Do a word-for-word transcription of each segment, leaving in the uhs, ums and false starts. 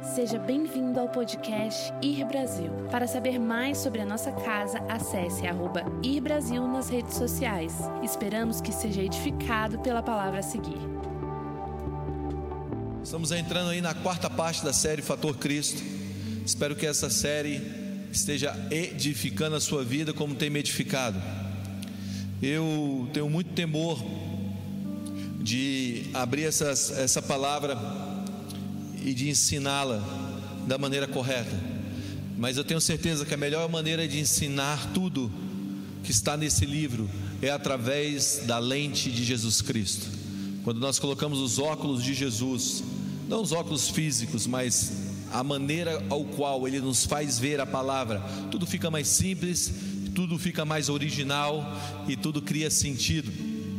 Seja bem-vindo ao podcast Ir Brasil. Para saber mais sobre a nossa casa, acesse arroba Ir Brasil nas redes sociais. Esperamos que seja edificado pela palavra a seguir. Estamos entrando aí na quarta parte da série Fator Cristo. Espero que essa série esteja edificando a sua vida como tem me edificado. Eu tenho muito temor de abrir essas, essa palavra e de ensiná-la da maneira correta, mas eu tenho certeza que a melhor maneira de ensinar tudo que está nesse livro é através da lente de Jesus Cristo. Quando nós colocamos os óculos de Jesus, não os óculos físicos, mas a maneira ao qual Ele nos faz ver a palavra, tudo fica mais simples, tudo fica mais original e tudo cria sentido.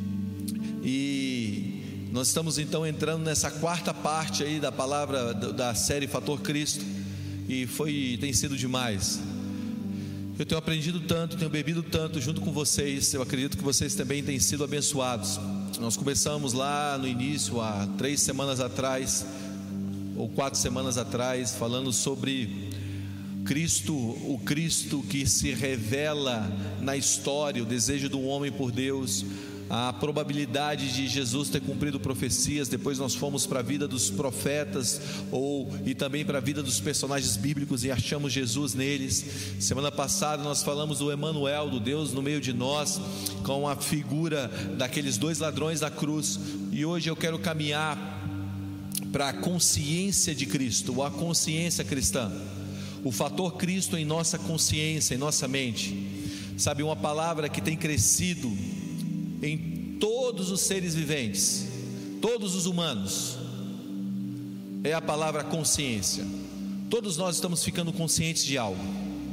E nós estamos então entrando nessa quarta parte aí da palavra da série Fator Cristo, e foi, tem sido demais. Eu tenho aprendido tanto, tenho bebido tanto junto com vocês. Eu acredito que vocês também têm sido abençoados. Nós começamos lá no início, há três semanas atrás, ou quatro semanas atrás, falando sobre Cristo, o Cristo que se revela na história, o desejo do homem por Deus, a probabilidade de Jesus ter cumprido profecias. Depois nós fomos para a vida dos profetas, ou, e também para a vida dos personagens bíblicos, e achamos Jesus neles. Semana passada nós falamos do Emanuel, do Deus no meio de nós, com a figura daqueles dois ladrões da cruz. E hoje eu quero caminhar para a consciência de Cristo, ou a consciência cristã, o fator Cristo em nossa consciência, em nossa mente. Sabe, uma palavra que tem crescido em todos os seres viventes, todos os humanos, é a palavra consciência. Todos nós estamos ficando conscientes de algo,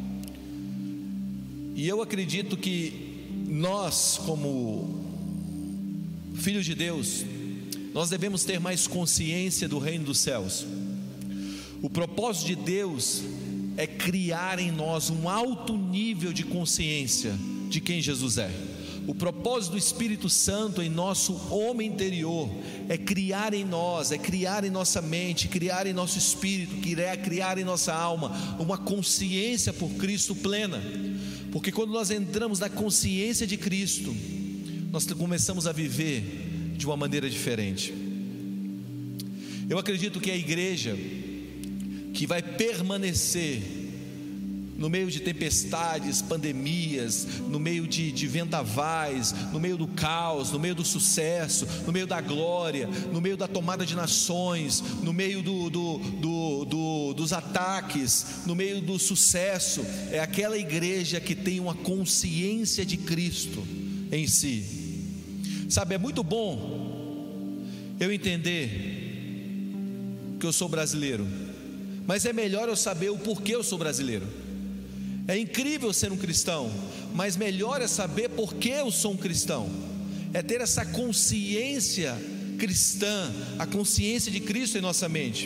e eu acredito que nós, como filhos de Deus, nós devemos ter mais consciência do reino dos céus. O propósito de Deus é criar em nós um alto nível de consciência de quem Jesus é. O propósito do Espírito Santo em nosso homem interior é criar em nós, é criar em nossa mente, criar em nosso espírito, criar em nossa alma uma consciência por Cristo plena. Porque quando nós entramos na consciência de Cristo, nós começamos a viver de uma maneira diferente. Eu acredito que a igreja que vai permanecer no meio de tempestades, pandemias, no meio de, de vendavais, no meio do caos, no meio do sucesso, no meio da glória, no meio da tomada de nações, no meio do, do, do, do, dos ataques, no meio do sucesso, é aquela igreja que tem uma consciência de Cristo em si. Sabe, é muito bom eu entender que eu sou brasileiro, mas é melhor eu saber o porquê eu sou brasileiro. É incrível ser um cristão, mas melhor é saber por que eu sou um cristão. É ter essa consciência cristã, a consciência de Cristo em nossa mente.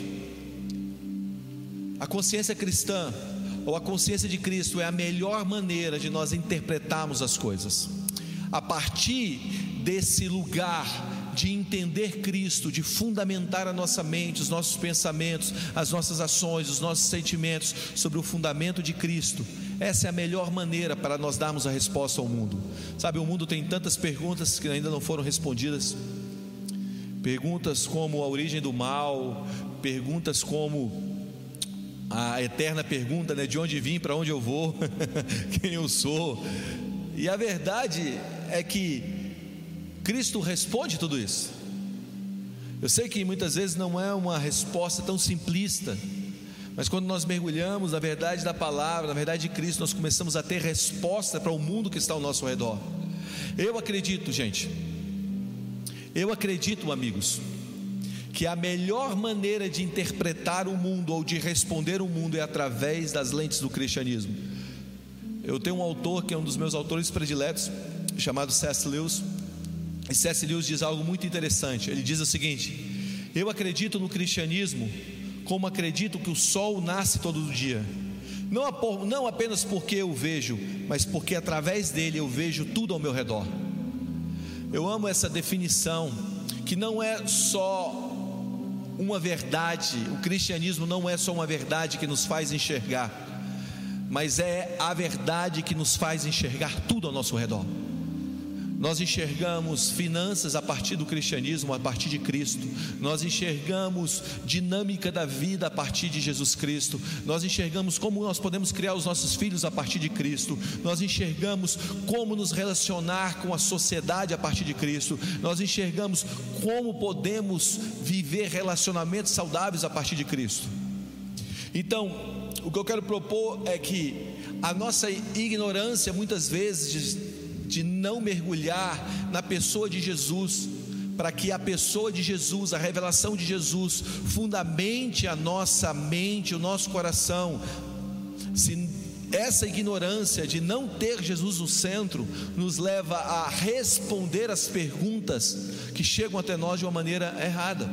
A consciência cristã, ou a consciência de Cristo, é a melhor maneira de nós interpretarmos as coisas. A partir desse lugar de entender Cristo, de fundamentar a nossa mente, os nossos pensamentos, as nossas ações, os nossos sentimentos sobre o fundamento de Cristo, essa é a melhor maneira para nós darmos a resposta ao mundo. Sabe, o mundo tem tantas perguntas que ainda não foram respondidas. Perguntas como a origem do mal, perguntas como a eterna pergunta, né, de onde vim, para onde eu vou, quem eu sou. E a verdade é que Cristo responde tudo isso. Eu sei que muitas vezes não é uma resposta tão simplista, mas quando nós mergulhamos na verdade da palavra, na verdade de Cristo, nós começamos a ter resposta para o mundo que está ao nosso redor. Eu acredito, gente, eu acredito, amigos, que a melhor maneira de interpretar o mundo, ou de responder o mundo, é através das lentes do cristianismo. Eu tenho um autor que é um dos meus autores prediletos, chamado C S Lewis. E C S Lewis diz algo muito interessante. Ele diz o seguinte: eu acredito no cristianismo como acredito que o sol nasce todo dia, não, não apenas porque eu vejo, mas porque através dele eu vejo tudo ao meu redor. Eu amo essa definição, que não é só uma verdade. O cristianismo não é só uma verdade que nos faz enxergar, mas é a verdade que nos faz enxergar tudo ao nosso redor. Nós enxergamos finanças a partir do cristianismo, a partir de Cristo. Nós enxergamos dinâmica da vida a partir de Jesus Cristo. Nós enxergamos como nós podemos criar os nossos filhos a partir de Cristo. Nós enxergamos como nos relacionar com a sociedade a partir de Cristo. Nós enxergamos como podemos viver relacionamentos saudáveis a partir de Cristo. Então, o que eu quero propor é que a nossa ignorância muitas vezes de, de não mergulhar na pessoa de Jesus, para que a pessoa de Jesus, a revelação de Jesus, fundamente a nossa mente, o nosso coração. Se essa ignorância de não ter Jesus no centro nos leva a responder as perguntas que chegam até nós de uma maneira errada.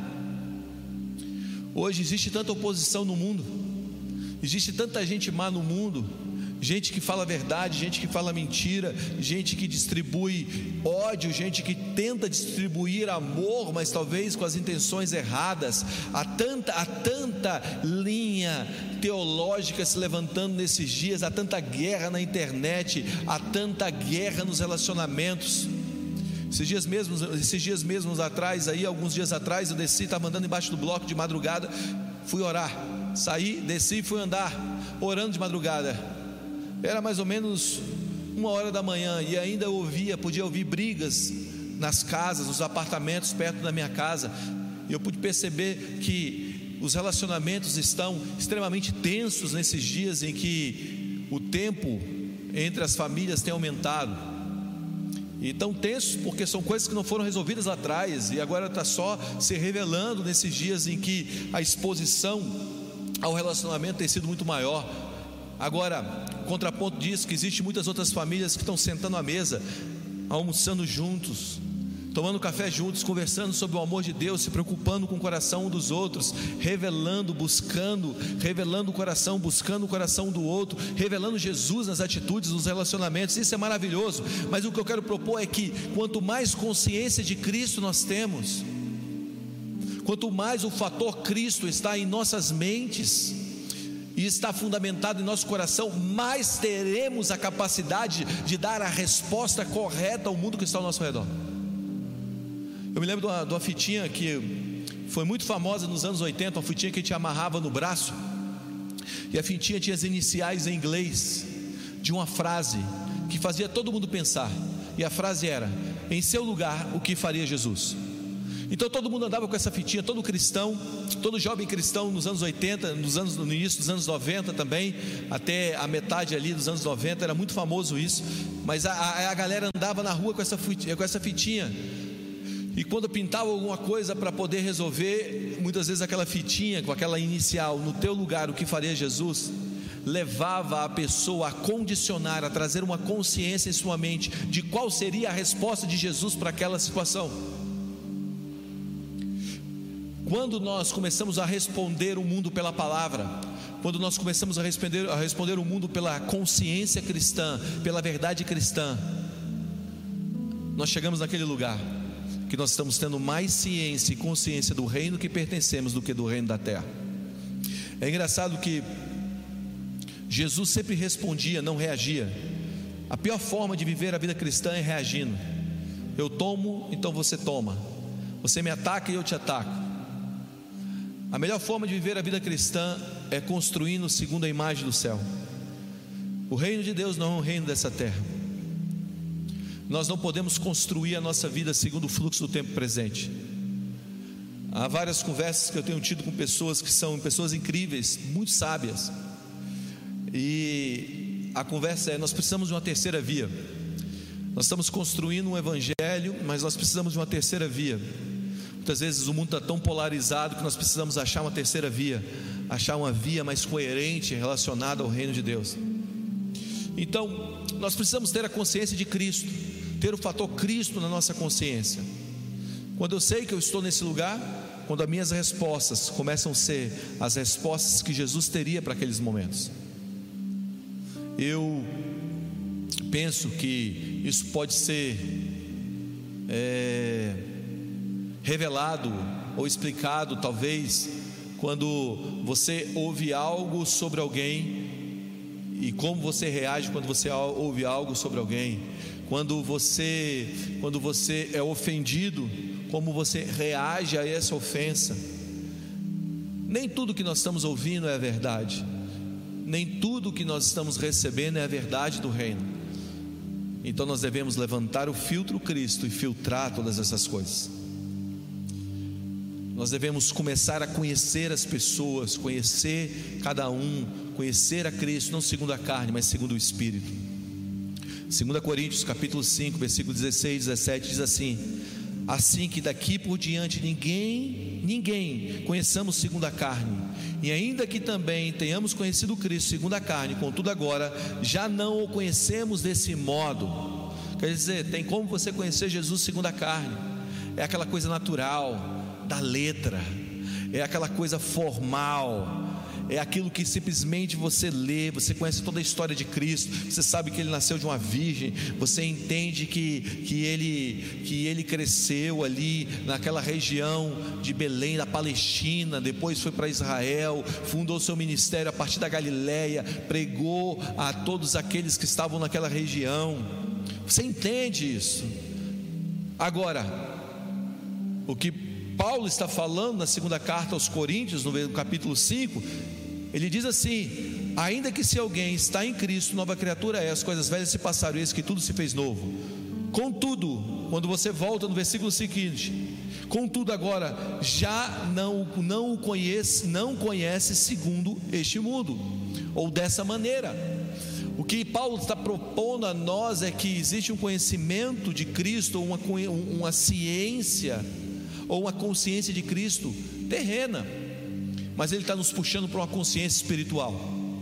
Hoje existe tanta oposição no mundo, existe tanta gente má no mundo, gente que fala a verdade, gente que fala mentira, gente que distribui ódio, gente que tenta distribuir amor, mas talvez com as intenções erradas. Há tanta, há tanta linha teológica se levantando nesses dias, há tanta guerra na internet, há tanta guerra nos relacionamentos. Esses dias mesmos, esses dias mesmos atrás, aí, alguns dias atrás, eu desci, estava andando embaixo do bloco de madrugada, fui orar, saí, desci e fui andar, orando de madrugada. Era mais ou menos uma hora da manhã e ainda eu ouvia, podia ouvir brigas nas casas, nos apartamentos perto da minha casa. E eu pude perceber que os relacionamentos estão extremamente tensos nesses dias em que o tempo entre as famílias tem aumentado. E tão tensos porque são coisas que não foram resolvidas lá atrás e agora está só se revelando nesses dias em que a exposição ao relacionamento tem sido muito maior. Agora, contraponto disso, que existe muitas outras famílias que estão sentando à mesa, almoçando juntos, tomando café juntos, conversando sobre o amor de Deus, se preocupando com o coração um dos outros, revelando, buscando, revelando o coração, buscando o coração um do outro, revelando Jesus nas atitudes, nos relacionamentos. Isso é maravilhoso, mas o que eu quero propor é que quanto mais consciência de Cristo nós temos, quanto mais o fator Cristo está em nossas mentes e está fundamentado em nosso coração, mais teremos a capacidade de dar a resposta correta ao mundo que está ao nosso redor. Eu me lembro de uma, de uma fitinha que foi muito famosa nos anos oitenta, uma fitinha que a gente amarrava no braço, e a fitinha tinha as iniciais em inglês de uma frase que fazia todo mundo pensar, e a frase era: em seu lugar, o que faria Jesus? Então todo mundo andava com essa fitinha, todo cristão, todo jovem cristão nos anos oitenta, nos anos, no início dos anos noventa também, até a metade ali dos anos noventa, era muito famoso isso. Mas a, a, a galera andava na rua com essa fitinha, com essa fitinha. E quando pintava alguma coisa para poder resolver, muitas vezes aquela fitinha com aquela inicial, no teu lugar, o que faria Jesus, levava a pessoa a condicionar, a trazer uma consciência em sua mente de qual seria a resposta de Jesus para aquela situação. Quando nós começamos a responder o mundo pela palavra, quando nós começamos a responder, a responder o mundo pela consciência cristã, pela verdade cristã, nós chegamos naquele lugar que nós estamos tendo mais ciência e consciência do reino que pertencemos do que do reino da terra. É engraçado que Jesus sempre respondia, não reagia. A pior forma de viver a vida cristã é reagindo. Eu tomo, então você toma. Você me ataca e eu te ataco. A melhor forma de viver a vida cristã é construindo segundo a imagem do céu. O reino de Deus não é um reino dessa terra. Nós não podemos construir a nossa vida segundo o fluxo do tempo presente. Há várias conversas que eu tenho tido com pessoas que são pessoas incríveis, muito sábias. E a conversa é: nós precisamos de uma terceira via. Nós estamos construindo um evangelho, mas nós precisamos de uma terceira via. Muitas vezes o mundo está tão polarizado que nós precisamos achar uma terceira via, achar uma via mais coerente relacionada ao reino de Deus. Então, nós precisamos ter a consciência de Cristo, ter o fator Cristo na nossa consciência. Quando eu sei que eu estou nesse lugar, quando as minhas respostas começam a ser as respostas que Jesus teria para aqueles momentos, eu penso que isso pode ser é, revelado ou explicado talvez, quando você ouve algo sobre alguém e como você reage quando você ouve algo sobre alguém, quando você, quando você é ofendido, como você reage a essa ofensa. Nem tudo que nós estamos ouvindo é a verdade, nem tudo que nós estamos recebendo é a verdade do reino. Então nós devemos levantar o filtro Cristo e filtrar todas essas coisas. Nós devemos começar a conhecer as pessoas, conhecer cada um, conhecer a Cristo, não segundo a carne, mas segundo o Espírito. Segunda Coríntios capítulo cinco, versículo dezesseis, dezessete diz assim: assim que daqui por diante ninguém, ninguém conheçamos segundo a carne, e ainda que também tenhamos conhecido Cristo segundo a carne, contudo agora já não o conhecemos desse modo. Quer dizer, tem como você conhecer Jesus segundo a carne, é aquela coisa natural, da letra, é aquela coisa formal, é aquilo que simplesmente você lê, você conhece toda a história de Cristo, você sabe que Ele nasceu de uma virgem, você entende que, que, ele, que ele cresceu ali naquela região de Belém, da Palestina, depois foi para Israel, fundou seu ministério a partir da Galileia, pregou a todos aqueles que estavam naquela região. Você entende isso? Agora, o que Paulo está falando na segunda carta aos Coríntios, no capítulo cinco, ele diz assim: ainda que se alguém está em Cristo, nova criatura é, as coisas velhas se passaram, eis que tudo se fez novo. Contudo, quando você volta no versículo seguinte, contudo agora já não, não o conhece, não conhece segundo este mundo, ou dessa maneira. O que Paulo está propondo a nós é que existe um conhecimento de Cristo, ou uma, uma ciência, ou uma consciência de Cristo terrena, mas Ele está nos puxando para uma consciência espiritual.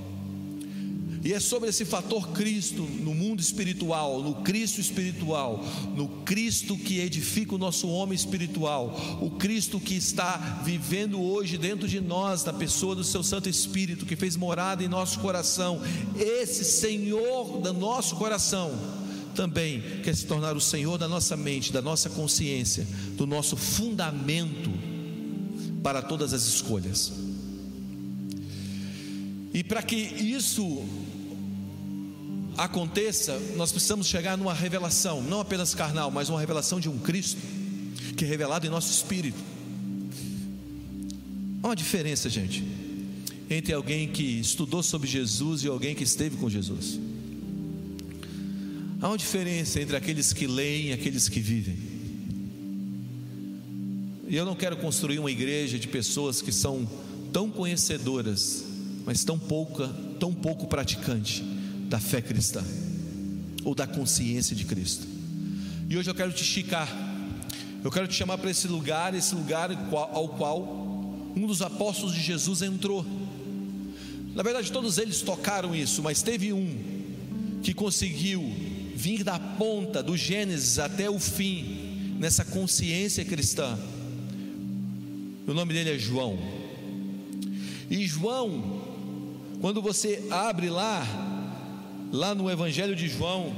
E é sobre esse fator Cristo no mundo espiritual, no Cristo espiritual, no Cristo que edifica o nosso homem espiritual, o Cristo que está vivendo hoje dentro de nós, na pessoa do seu Santo Espírito, que fez morada em nosso coração. Esse Senhor do nosso coração também quer se tornar o Senhor da nossa mente, da nossa consciência, do nosso fundamento para todas as escolhas. E para que isso aconteça, nós precisamos chegar numa revelação, não apenas carnal, mas uma revelação de um Cristo que é revelado em nosso espírito. Há uma diferença, gente, entre alguém que estudou sobre Jesus e alguém que esteve com Jesus. Há uma diferença entre aqueles que leem e aqueles que vivem. E eu não quero construir uma igreja de pessoas que são tão conhecedoras, mas tão pouca, tão pouco praticante da fé cristã, ou da consciência de Cristo. E hoje eu quero te esticar, eu quero te chamar para esse lugar, esse lugar ao qual um dos apóstolos de Jesus entrou. Na verdade todos eles tocaram isso, mas teve um que conseguiu vir da ponta do Gênesis até o fim, nessa consciência cristã. O nome dele é João. E João, quando você abre lá, lá no Evangelho de João,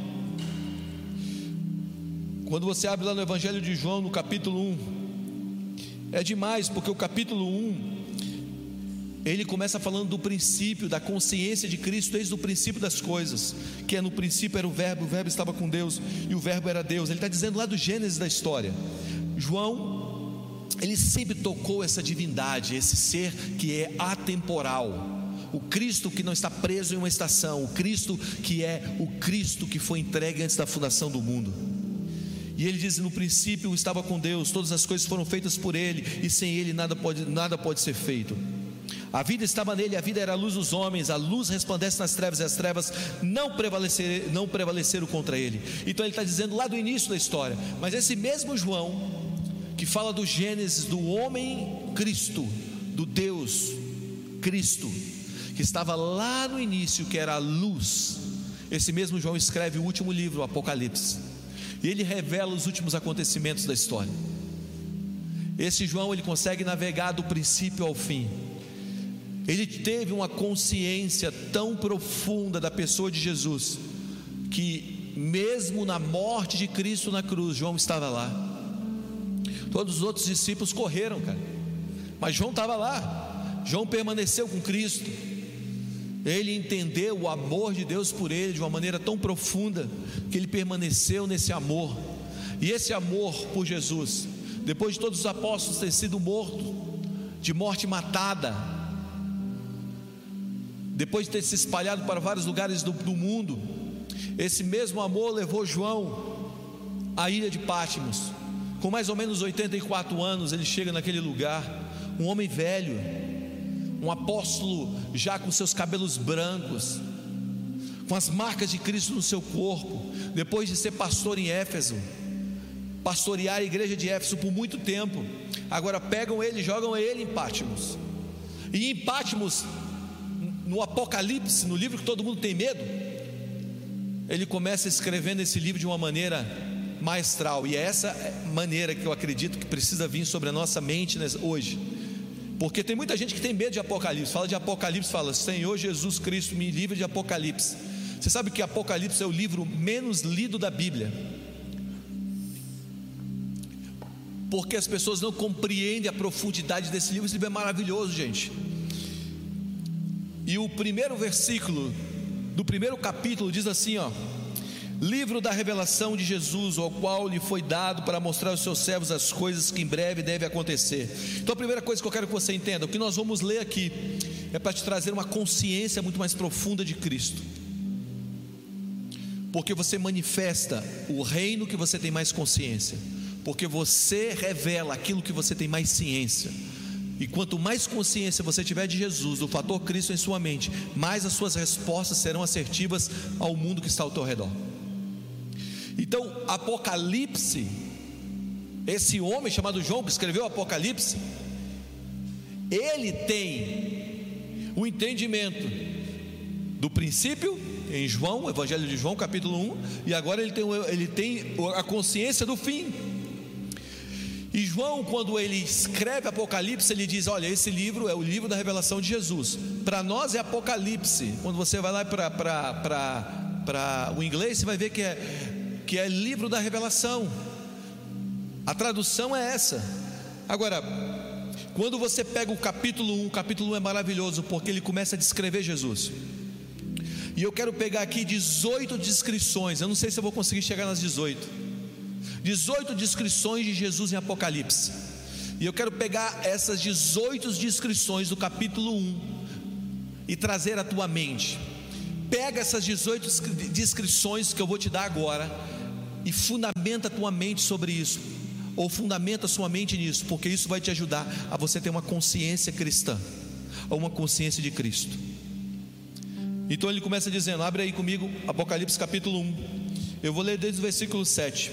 quando você abre lá no Evangelho de João, no capítulo um, é demais, porque o capítulo um, ele começa falando do princípio, da consciência de Cristo, desde o princípio das coisas, que é no princípio era o verbo, o verbo estava com Deus, e o verbo era Deus. Ele está dizendo lá do Gênesis da história. João, ele sempre tocou essa divindade, esse ser que é atemporal, o Cristo que não está preso em uma estação, o Cristo que é o Cristo que foi entregue antes da fundação do mundo. E ele diz: no princípio estava com Deus, todas as coisas foram feitas por Ele, e sem Ele nada pode, nada pode ser feito. A vida estava nele, a vida era a luz dos homens, a luz resplandece nas trevas, e as trevas não, prevalecer, não prevaleceram contra ele. Então ele está dizendo lá do início da história. Mas esse mesmo João, que fala do Gênesis, do homem Cristo, do Deus Cristo, que estava lá no início, que era a luz, esse mesmo João escreve o último livro, o Apocalipse, e ele revela os últimos acontecimentos da história. Esse João, ele consegue navegar do princípio ao fim. Ele teve uma consciência tão profunda da pessoa de Jesus, que mesmo na morte de Cristo na cruz, João estava lá. Todos os outros discípulos correram, cara, mas João estava lá. João permaneceu com Cristo. Ele entendeu o amor de Deus por ele de uma maneira tão profunda, que ele permaneceu nesse amor. E esse amor por Jesus, depois de todos os apóstolos terem sido mortos, de morte matada, depois de ter se espalhado para vários lugares do, do mundo, esse mesmo amor levou João à ilha de Patmos. Com mais ou menos oitenta e quatro anos, ele chega naquele lugar, um homem velho, um apóstolo já com seus cabelos brancos, com as marcas de Cristo no seu corpo, depois de ser pastor em Éfeso, pastorear a igreja de Éfeso por muito tempo. Agora pegam ele e jogam ele em Patmos. E em Patmos, no Apocalipse, no livro que todo mundo tem medo, ele começa escrevendo esse livro de uma maneira maestral. E é essa maneira que eu acredito que precisa vir sobre a nossa mente hoje. Porque tem muita gente que tem medo de Apocalipse. Fala de Apocalipse, fala: Senhor Jesus Cristo, me livre de Apocalipse. Você sabe que Apocalipse é o livro menos lido da Bíblia, porque as pessoas não compreendem a profundidade desse livro. Esse livro é maravilhoso, gente. E o primeiro versículo do primeiro capítulo diz assim, ó: livro da revelação de Jesus, ao qual lhe foi dado para mostrar aos seus servos as coisas que em breve devem acontecer. Então a primeira coisa que eu quero que você entenda, o que nós vamos ler aqui é para te trazer uma consciência muito mais profunda de Cristo, porque você manifesta o reino que você tem mais consciência, porque você revela aquilo que você tem mais ciência. E quanto mais consciência você tiver de Jesus, do fator Cristo em sua mente, mais as suas respostas serão assertivas ao mundo que está ao teu redor. Então, Apocalipse, esse homem chamado João que escreveu Apocalipse, ele tem o entendimento do princípio em João, Evangelho de João, capítulo um, e agora ele tem, ele tem a consciência do fim. E João, quando ele escreve Apocalipse, ele diz: olha, esse livro é o livro da revelação de Jesus. Para nós é Apocalipse. Quando você vai lá para o inglês, você vai ver que é, que é livro da revelação. A tradução é essa. Agora, quando você pega o capítulo um, o capítulo um é maravilhoso, porque ele começa a descrever Jesus. E eu quero pegar aqui dezoito descrições. Eu não sei se eu vou conseguir chegar nas dezoito. dezoito descrições de Jesus em Apocalipse. E eu quero pegar essas dezoito descrições do capítulo um e trazer à tua mente. Pega essas dezoito descrições que eu vou te dar agora e fundamenta a tua mente sobre isso, ou fundamenta a sua mente nisso, porque isso vai te ajudar a você ter uma consciência cristã, ou uma consciência de Cristo. Então ele começa dizendo, abre aí comigo Apocalipse capítulo um. Eu vou ler desde o versículo sete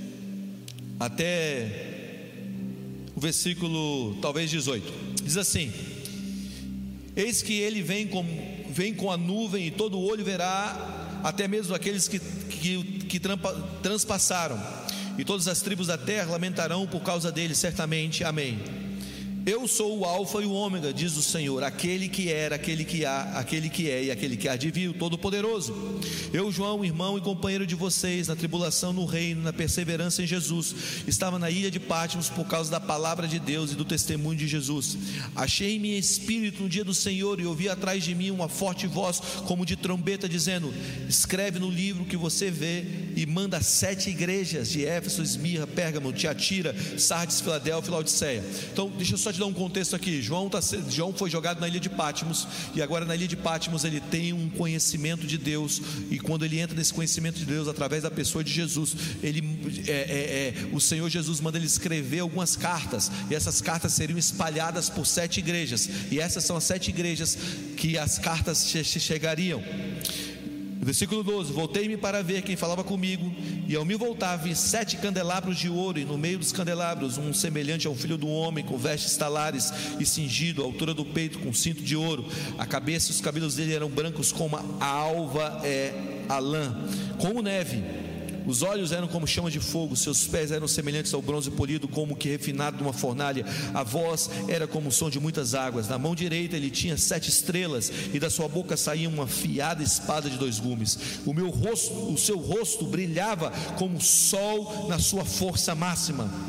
até o versículo talvez dezoito. Diz assim: eis que ele vem com, vem com a nuvem, e todo olho verá, até mesmo aqueles que, que, que trampa, transpassaram, e todas as tribos da terra lamentarão por causa dele, certamente. Amém. Eu sou o alfa e o ômega, diz o Senhor, aquele que era, aquele que há, aquele que é e aquele que há de vir, o Todo-Poderoso. Eu, João, irmão e companheiro de vocês, na tribulação, no reino, na perseverança em Jesus, estava na ilha de Patmos por causa da palavra de Deus e do testemunho de Jesus. Achei-me em espírito no dia do Senhor, e ouvi atrás de mim uma forte voz como de trombeta, dizendo: escreve no livro que você vê e manda sete igrejas de Éfeso, Esmirna, Pérgamo, Tiatira, Sardes, Filadélfia e Laodiceia. Então deixa eu só te dar um contexto aqui. João, tá, João foi jogado na ilha de Patmos, e agora na ilha de Patmos ele tem um conhecimento de Deus, e quando ele entra nesse conhecimento de Deus através da pessoa de Jesus, ele, é, é, é, o Senhor Jesus manda ele escrever algumas cartas, e essas cartas seriam espalhadas por sete igrejas, e essas são as sete igrejas que as cartas che- chegariam. Versículo doze: voltei-me para ver quem falava comigo, e ao me voltar vi sete candelabros de ouro, e no meio dos candelabros um semelhante ao filho do homem, com vestes talares e cingido à altura do peito com cinto de ouro. A cabeça e os cabelos dele eram brancos como a alva é a lã, como neve. Os olhos eram como chama de fogo, seus pés eram semelhantes ao bronze polido, como que refinado numa fornalha. A voz era como o som de muitas águas. Na mão direita ele tinha sete estrelas, e da sua boca saía uma afiada espada de dois gumes. O meu rosto, o seu rosto brilhava como o sol na sua força máxima.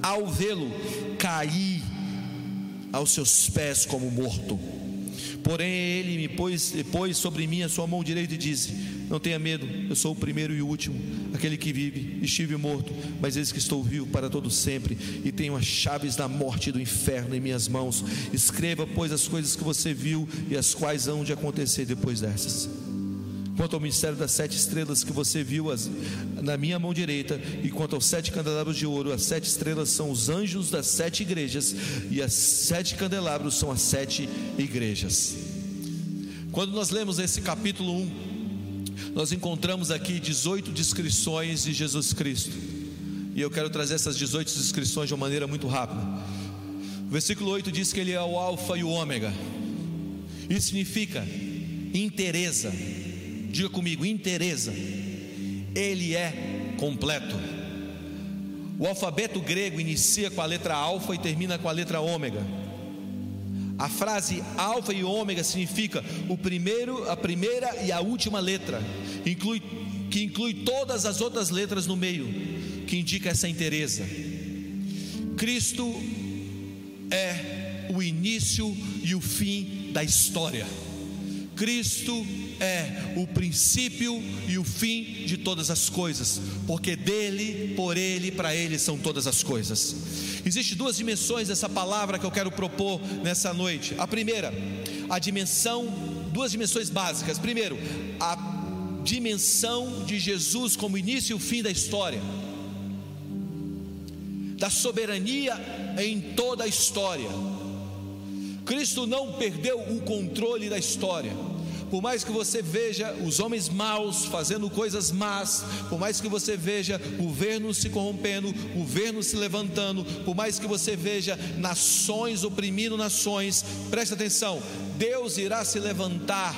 ao vê-lo, caí aos seus pés como morto. Porém ele me pôs, pôs sobre mim a sua mão direita e disse: não tenha medo, eu sou o primeiro e o último, aquele que vive. Estive morto, mas eis que estou vivo para todo sempre, e tenho as chaves da morte e do inferno em minhas mãos. Escreva, pois, as coisas que você viu e as quais hão de acontecer depois dessas. Quanto ao mistério das sete estrelas que você viu as, na minha mão direita, e quanto aos sete candelabros de ouro, as sete estrelas são os anjos das sete igrejas, e as sete candelabros são as sete igrejas. Quando nós lemos esse capítulo um, nós encontramos aqui dezoito descrições de Jesus Cristo, e eu quero trazer essas dezoito descrições de uma maneira muito rápida. O versículo oito diz que ele é o alfa e o ômega. Isso significa inteireza. Diga comigo, inteireza. Ele é completo. O alfabeto grego inicia com a letra alfa e termina com a letra ômega. A frase alfa e ômega significa o primeiro, a primeira e a última letra, inclui, que inclui todas as outras letras no meio, que indica essa inteireza. Cristo é o início e o fim da história. Cristo é o princípio e o fim de todas as coisas, porque dele, por ele, para ele são todas as coisas. Existem duas dimensões dessa palavra que eu quero propor nessa noite. A primeira, a dimensão, duas dimensões básicas. Primeiro, a dimensão de Jesus como início e o fim da história, da soberania em toda a história. Cristo não perdeu o controle da história. Por mais que você veja os homens maus fazendo coisas más, por mais que você veja governos se corrompendo, governos se levantando, por mais que você veja nações oprimindo nações, preste atenção, Deus irá se levantar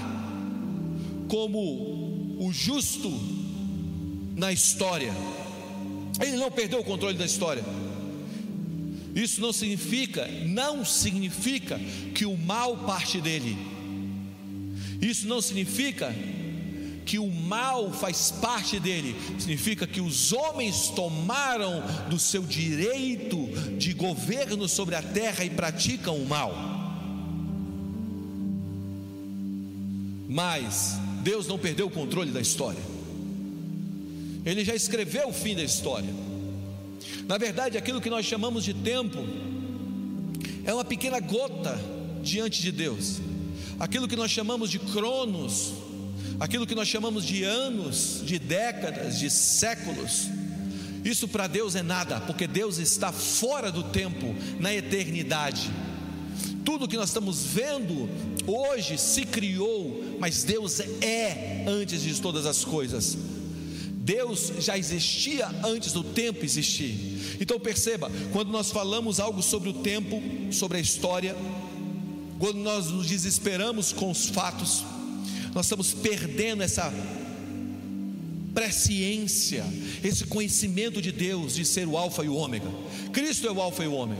como o justo na história. Ele não perdeu o controle da história. Isso não significa, não significa que o mal parte dele. Isso não significa que o mal faz parte dele. Significa que os homens tomaram do seu direito de governo sobre a terra e praticam o mal. Mas Deus não perdeu o controle da história. Ele já escreveu o fim da história. Na verdade, aquilo que nós chamamos de tempo é uma pequena gota diante de Deus. Aquilo que nós chamamos de cronos, aquilo que nós chamamos de anos, de décadas, de séculos, isso para Deus é nada, porque Deus está fora do tempo, na eternidade. Tudo que nós estamos vendo hoje se criou, mas Deus é antes de todas as coisas. Deus já existia antes do tempo existir. Então perceba, quando nós falamos algo sobre o tempo, sobre a história, quando nós nos desesperamos com os fatos, nós estamos perdendo essa presciência, esse conhecimento de Deus, de ser o alfa e o ômega. Cristo é o alfa e o ômega.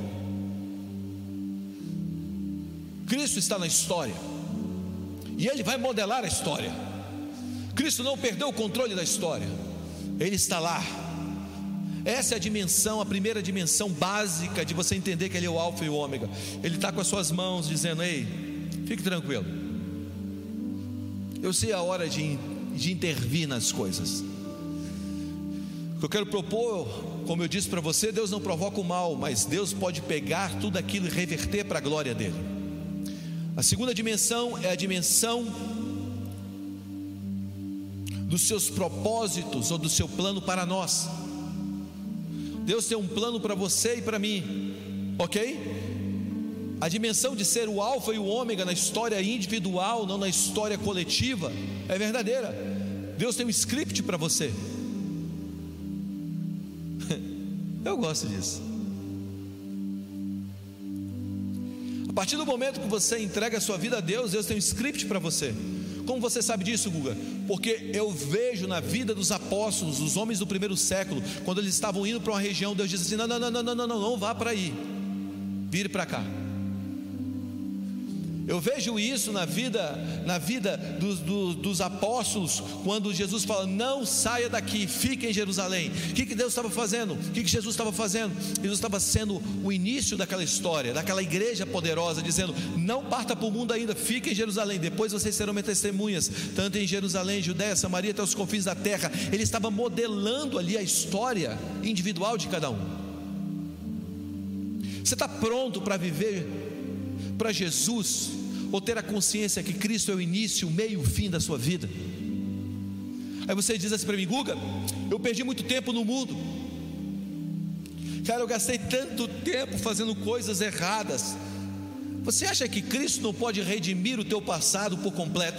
Cristo está na história, e Ele vai modelar a história. Cristo não perdeu o controle da história, Ele está lá. Essa é a dimensão, a primeira dimensão básica de você entender que Ele é o alfa e o ômega. Ele está com as suas mãos dizendo: ei, fique tranquilo, eu sei a hora de, de intervir nas coisas. O que eu quero propor, como eu disse para você, Deus não provoca o mal, mas Deus pode pegar tudo aquilo e reverter para a glória dele. A segunda dimensão é a dimensão dos seus propósitos ou do seu plano para nós. Deus tem um plano para você e para mim, ok? A dimensão de ser o alfa e o ômega na história individual, não na história coletiva, é verdadeira. Deus tem um script para você. Eu gosto disso. A partir do momento que você entrega a sua vida a Deus, Deus tem um script para você. Como você sabe disso, Guga? Porque eu vejo na vida dos apóstolos, os homens do primeiro século, quando eles estavam indo para uma região, Deus disse assim: não, não, não, não, não, não, não vá para aí, vire para cá. Eu vejo isso na vida, na vida dos, dos, dos apóstolos, quando Jesus fala: não saia daqui, fique em Jerusalém. O que, que Deus estava fazendo? O que, que Jesus estava fazendo? Jesus estava sendo o início daquela história, daquela igreja poderosa, dizendo: não parta para o mundo ainda, fique em Jerusalém, depois vocês serão minhas testemunhas, tanto em Jerusalém, Judéia, Samaria, até os confins da terra. Ele estava modelando ali a história individual de cada um. Você está pronto para viver para Jesus, ou ter a consciência que Cristo é o início, o meio e o fim da sua vida? Aí você diz assim para mim: Guga, eu perdi muito tempo no mundo, cara, eu gastei tanto tempo fazendo coisas erradas. Você acha que Cristo não pode redimir o teu passado por completo?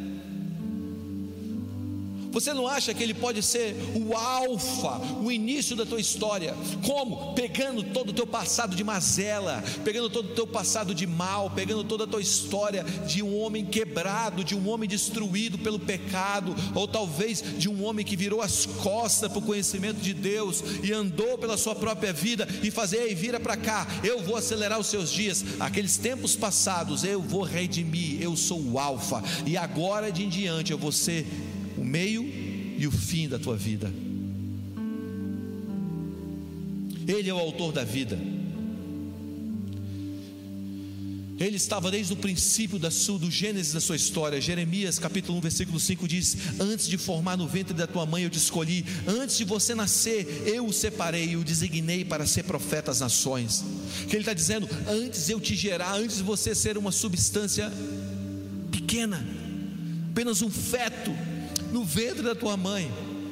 Você não acha que Ele pode ser o alfa, o início da tua história? Como? Pegando todo o teu passado de mazela, pegando todo o teu passado de mal, pegando toda a tua história de um homem quebrado, de um homem destruído pelo pecado, ou talvez de um homem que virou as costas para o conhecimento de Deus e andou pela sua própria vida, e fazer: ei, vira para cá, eu vou acelerar os seus dias, aqueles tempos passados eu vou redimir, eu sou o alfa, e agora de em diante eu vou ser o meio e o fim da tua vida. Ele é o autor da vida. Ele estava desde o princípio da sua, do Gênesis da sua história. Jeremias capítulo um versículo cinco diz: antes de formar no ventre da tua mãe eu te escolhi, antes de você nascer eu o separei e o designei para ser profeta às nações. Que ele está dizendo: antes eu te gerar, antes de você ser uma substância pequena, apenas um feto no ventre da tua mãe,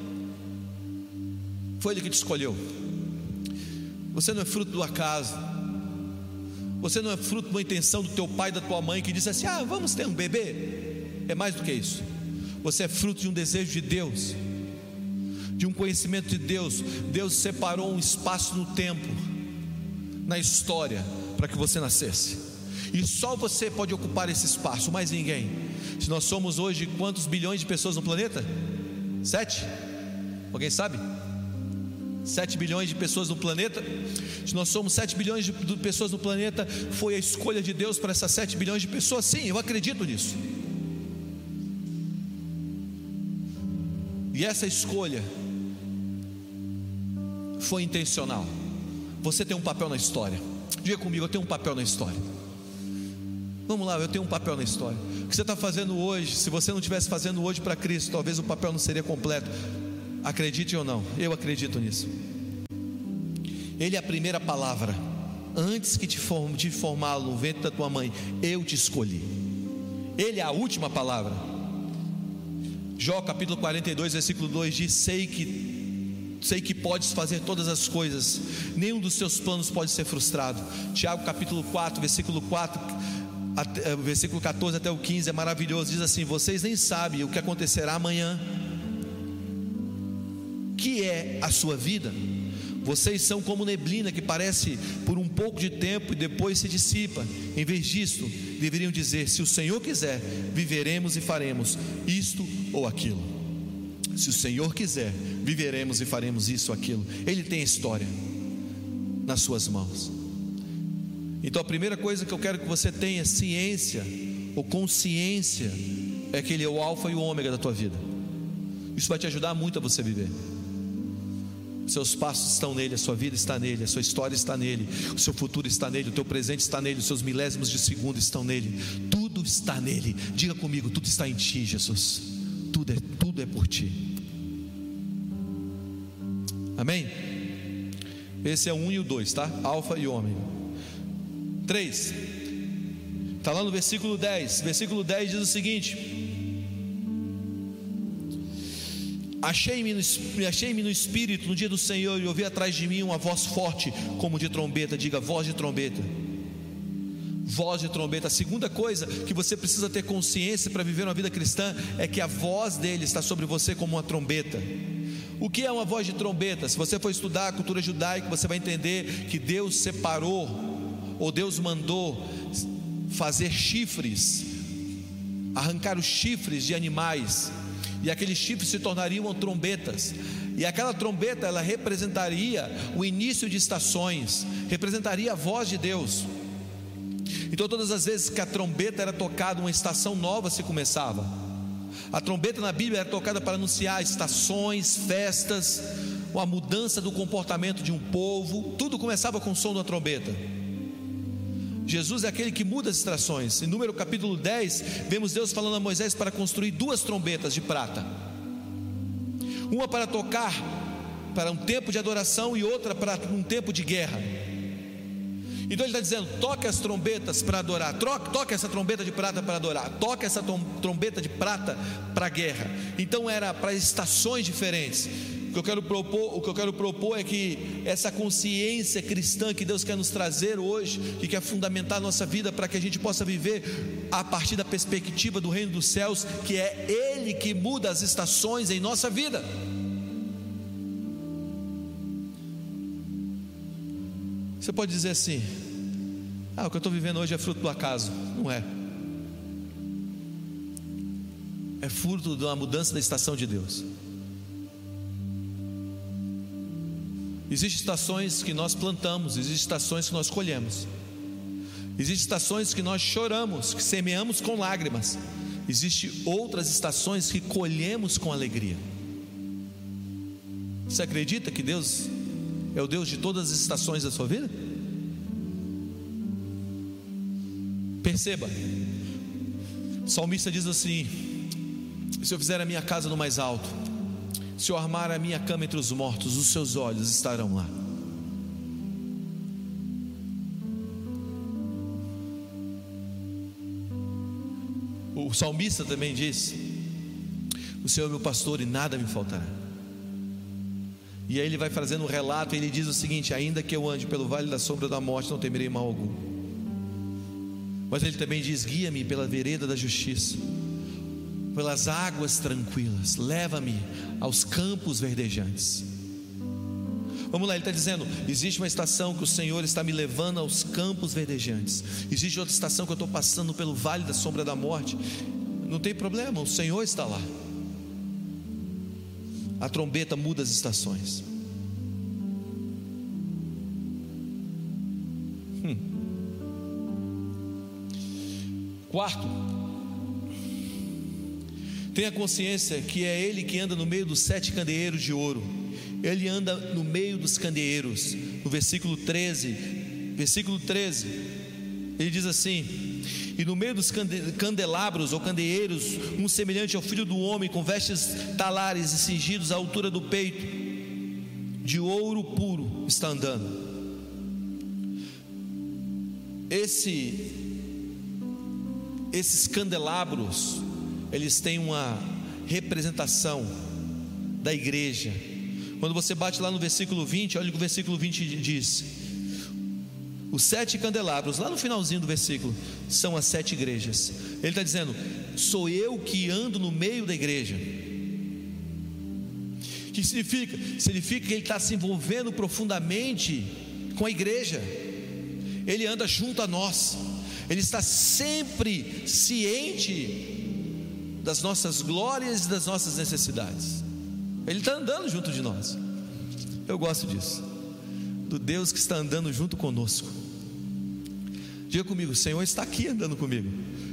foi Ele que te escolheu. Você não é fruto do acaso, você não é fruto de uma intenção do teu pai e da tua mãe que disse assim: ah, vamos ter um bebê. É mais do que isso. Você é fruto de um desejo de Deus, de um conhecimento de Deus. Deus separou um espaço no tempo, na história, para que você nascesse, e só você pode ocupar esse espaço, mais ninguém. Se nós somos hoje quantos bilhões de pessoas no planeta? Sete? Alguém sabe? Sete bilhões de pessoas no planeta. Se nós somos sete bilhões de pessoas no planeta, foi a escolha de Deus para essas sete bilhões de pessoas. Sim, eu acredito nisso. E essa escolha foi intencional. Você tem um papel na história. Diga comigo: eu tenho um papel na história. Vamos lá, eu tenho um papel na história. O que você está fazendo hoje, se você não estivesse fazendo hoje para Cristo, talvez o papel não seria completo. Acredite ou não, eu acredito nisso. Ele é a primeira palavra. Antes que te form, de formá-lo no ventre da tua mãe, eu te escolhi. Ele é a última palavra. Jó capítulo quarenta e dois versículo dois diz: sei que sei que podes fazer todas as coisas, nenhum dos teus planos pode ser frustrado. Tiago capítulo quatro versículo quatro, até, versículo catorze até o quinze é maravilhoso. Diz assim: vocês nem sabem o que acontecerá amanhã, que é a sua vida. Vocês são como neblina que parece por um pouco de tempo e depois se dissipa. Em vez disto, deveriam dizer: se o Senhor quiser, viveremos e faremos isto ou aquilo. Se o Senhor quiser, viveremos e faremos isso ou aquilo. Ele tem a história nas suas mãos. Então a primeira coisa que eu quero que você tenha ciência ou consciência é que Ele é o alfa e o ômega da tua vida. Isso vai te ajudar muito a você viver. Seus passos estão nele, a sua vida está nele, a sua história está nele, o seu futuro está nele, o teu presente está nele, os seus milésimos de segundo estão nele. Tudo está nele. Diga comigo: tudo está em ti, Jesus. Tudo é, tudo é por ti. Amém? Esse é o um e o dois, tá? Alfa e ômega. Três, está lá no versículo dez. Versículo dez diz o seguinte: Achei-me no, achei-me no Espírito no dia do Senhor, e ouvi atrás de mim uma voz forte como de trombeta. Diga: voz de trombeta. Voz de trombeta. A segunda coisa que você precisa ter consciência para viver uma vida cristã é que a voz dele está sobre você como uma trombeta. O que é uma voz de trombeta? Se você for estudar a cultura judaica, você vai entender que Deus separou, ou Deus mandou fazer chifres, arrancar os chifres de animais, e aqueles chifres se tornariam trombetas, e aquela trombeta ela representaria o início de estações, representaria a voz de Deus. Então todas as vezes que a trombeta era tocada, uma estação nova se começava. A trombeta na Bíblia era tocada para anunciar estações, festas, uma mudança do comportamento de um povo. Tudo começava com o som da trombeta. Jesus é aquele que muda as estações. Em Número capítulo dez, vemos Deus falando a Moisés para construir duas trombetas de prata, uma para tocar para um tempo de adoração e outra para um tempo de guerra. Então ele está dizendo: toque as trombetas para adorar, toque essa trombeta de prata para adorar, toque essa trombeta de prata para a guerra. Então era para estações diferentes. O que eu quero propor, o que eu quero propor é que essa consciência cristã que Deus quer nos trazer hoje, que quer fundamentar a nossa vida para que a gente possa viver a partir da perspectiva do reino dos céus, que é Ele que muda as estações em nossa vida. Você pode dizer assim: ah, o que eu estou vivendo hoje é fruto do acaso. Não é. É fruto de uma mudança da estação de Deus. Existem estações que nós plantamos, existem estações que nós colhemos, existem estações que nós choramos, que semeamos com lágrimas, existem outras estações que colhemos com alegria. Você acredita que Deus é o Deus de todas as estações da sua vida? Perceba, o salmista diz assim: se eu fizer a minha casa no mais alto, se eu armar a minha cama entre os mortos, os seus olhos estarão lá. O salmista também diz: o Senhor é meu pastor e nada me faltará. E aí ele vai fazendo um relato e ele diz o seguinte: ainda que eu ande pelo vale da sombra da morte, não temerei mal algum. Mas ele também diz: guia-me pela vereda da justiça, pelas águas tranquilas, leva-me aos campos verdejantes. Vamos lá, ele está dizendo: existe uma estação que o Senhor está me levando aos campos verdejantes, existe outra estação que eu estou passando pelo vale da sombra da morte. Não tem problema, o Senhor está lá. A trombeta muda as estações. hum. Quarto, tenha consciência que é Ele que anda no meio dos sete candeeiros de ouro. Ele anda no meio dos candeeiros. No versículo treze, versículo treze, ele diz assim: e no meio dos candelabros ou candeeiros, um semelhante ao filho do homem, com vestes talares e cingidos à altura do peito, de ouro puro, está andando. Esse, esses candelabros, eles têm uma representação da igreja. Quando você bate lá no versículo vinte, olha o que o versículo vinte diz: os sete candelabros, lá no finalzinho do versículo, são as sete igrejas. Ele está dizendo: sou eu que ando no meio da igreja. O que significa? Significa que ele está se envolvendo profundamente com a igreja. Ele anda junto a nós. Ele está sempre ciente das nossas glórias e das nossas necessidades. Ele está andando junto de nós. Eu gosto disso, do Deus que está andando junto conosco. Diga comigo: o Senhor está aqui andando comigo.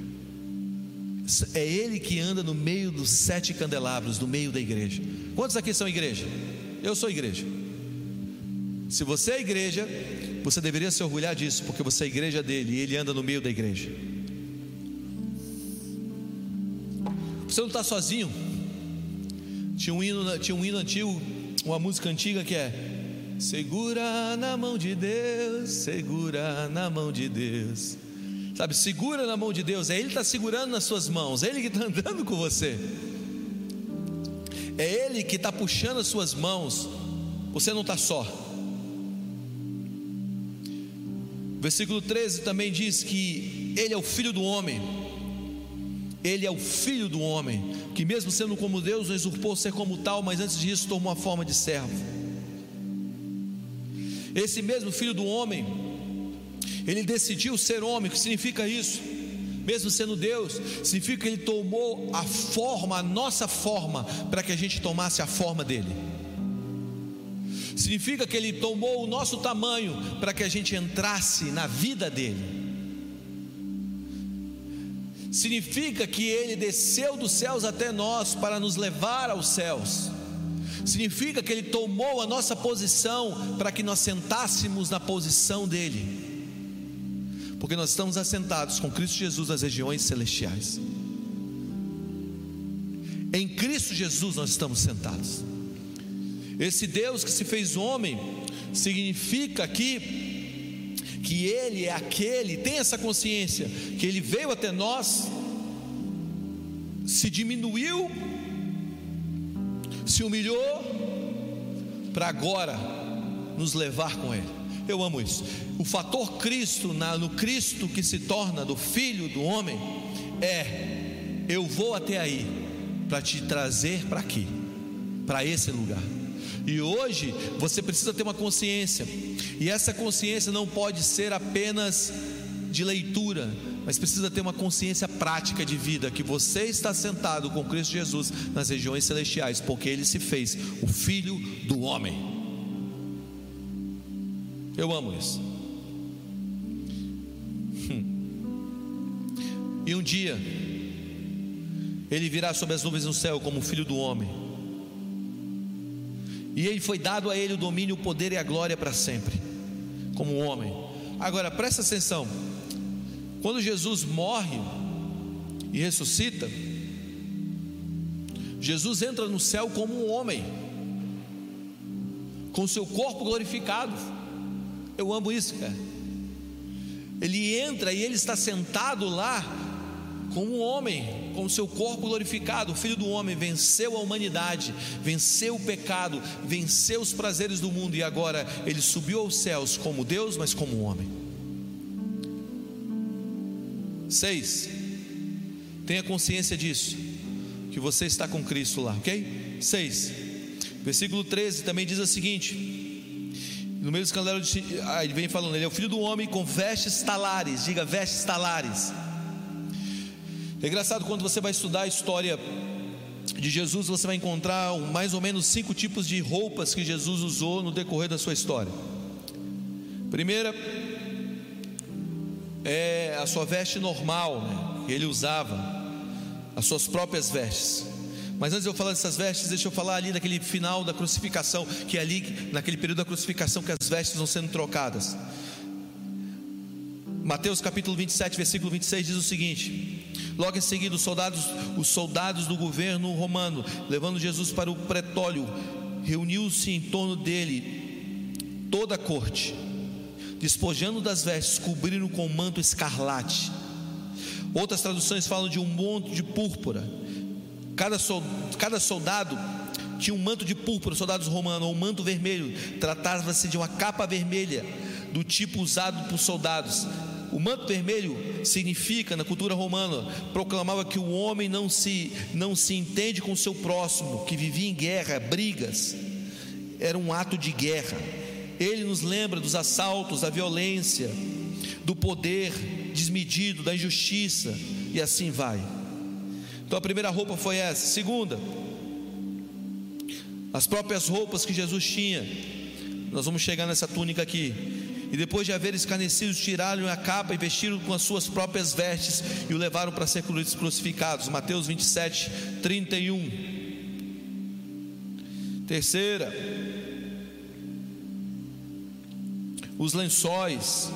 É Ele que anda no meio dos sete candelabros, no meio da igreja. Quantos aqui são igreja? Eu sou igreja. Se você é igreja, você deveria se orgulhar disso, porque você é a igreja dele e ele anda no meio da igreja. Você não está sozinho. Tinha um hino, tinha um hino antigo, uma música antiga que é: segura na mão de Deus, segura na mão de Deus. Sabe, segura na mão de Deus. É Ele que está segurando nas suas mãos, é Ele que está andando com você, é Ele que está puxando as suas mãos. Você não está só. Versículo treze também diz que Ele é o Filho do homem. Ele é o Filho do homem, que mesmo sendo como Deus, não usurpou ser como tal, mas antes disso tomou a forma de servo. Esse mesmo Filho do homem, Ele decidiu ser homem. O que significa isso? Mesmo sendo Deus, significa que Ele tomou a forma, a nossa forma, para que a gente tomasse a forma dEle. Significa que Ele tomou o nosso tamanho para que a gente entrasse na vida dEle. significa que Ele desceu dos céus até nós para nos levar aos céus, significa que Ele tomou a nossa posição para que nós sentássemos na posição dEle, porque nós estamos assentados com Cristo Jesus nas regiões celestiais. Em Cristo Jesus nós estamos sentados. Esse Deus que se fez homem significa que, que Ele é aquele, tem essa consciência, que Ele veio até nós, se diminuiu, se humilhou, para agora nos levar com Ele. Eu amo isso. O fator Cristo, na, no Cristo que se torna do Filho do homem, é: eu vou até aí para te trazer para aqui, para esse lugar. E hoje você precisa ter uma consciência, e essa consciência não pode ser apenas de leitura, mas precisa ter uma consciência prática de vida, que você está sentado com Cristo Jesus nas regiões celestiais, porque Ele se fez o Filho do homem. Eu amo isso. hum. E um dia Ele virá sobre as nuvens no céu como Filho do homem, e Ele foi dado a Ele o domínio, o poder e a glória para sempre, como homem. Agora presta atenção, quando Jesus morre e ressuscita, Jesus entra no céu como um homem, com seu corpo glorificado. Eu amo isso, cara. Ele entra e Ele está sentado lá como um homem, com o seu corpo glorificado. O Filho do homem venceu a humanidade, venceu o pecado, venceu os prazeres do mundo, e agora Ele subiu aos céus como Deus, mas como um homem. Seis, tenha consciência disso, que você está com Cristo lá, ok? Seis, versículo treze também diz o seguinte, no meio dos candeleiros, ah, ele vem falando: Ele é o Filho do homem com vestes talares. Diga, vestes talares. É engraçado, quando você vai estudar a história de Jesus, você vai encontrar mais ou menos cinco tipos de roupas que Jesus usou no decorrer da sua história. Primeira é a sua veste normal, né, que Ele usava, as suas próprias vestes. Mas antes de eu falar dessas vestes, deixa eu falar ali daquele final da crucificação, que é ali, naquele período da crucificação, que as vestes vão sendo trocadas. Mateus capítulo vinte e sete, versículo vinte e seis diz o seguinte: logo em seguida os soldados, os soldados do governo romano, levando Jesus para o pretório, reuniu-se em torno dele toda a corte, despojando das vestes, cobriram com um manto escarlate. Outras traduções falam de um manto de púrpura. Cada soldado tinha um manto de púrpura, soldados romanos, ou um manto vermelho. Tratava-se de uma capa vermelha, do tipo usado por soldados. O manto vermelho significa, na cultura romana, proclamava que o homem não se, não se entende com o seu próximo, que vivia em guerra, brigas. Era um ato de guerra. Ele nos lembra dos assaltos, da violência, do poder desmedido, da injustiça, e assim vai. Então a primeira roupa foi essa. Segunda, as próprias roupas que Jesus tinha. Nós vamos chegar nessa túnica aqui. E depois de haver escarnecido, tiraram a capa e vestiram com as suas próprias vestes e o levaram para ser crucificados. Mateus vinte e sete, trinta e um. Terceira, os lençóis.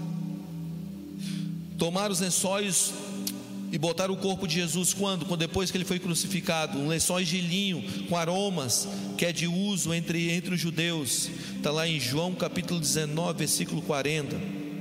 Tomaram os lençóis e botaram o corpo de Jesus quando? Quando depois que Ele foi crucificado. Um lençóis de linho com aromas, que é de uso entre, entre os judeus. Está lá em João capítulo dezenove, versículo quarenta.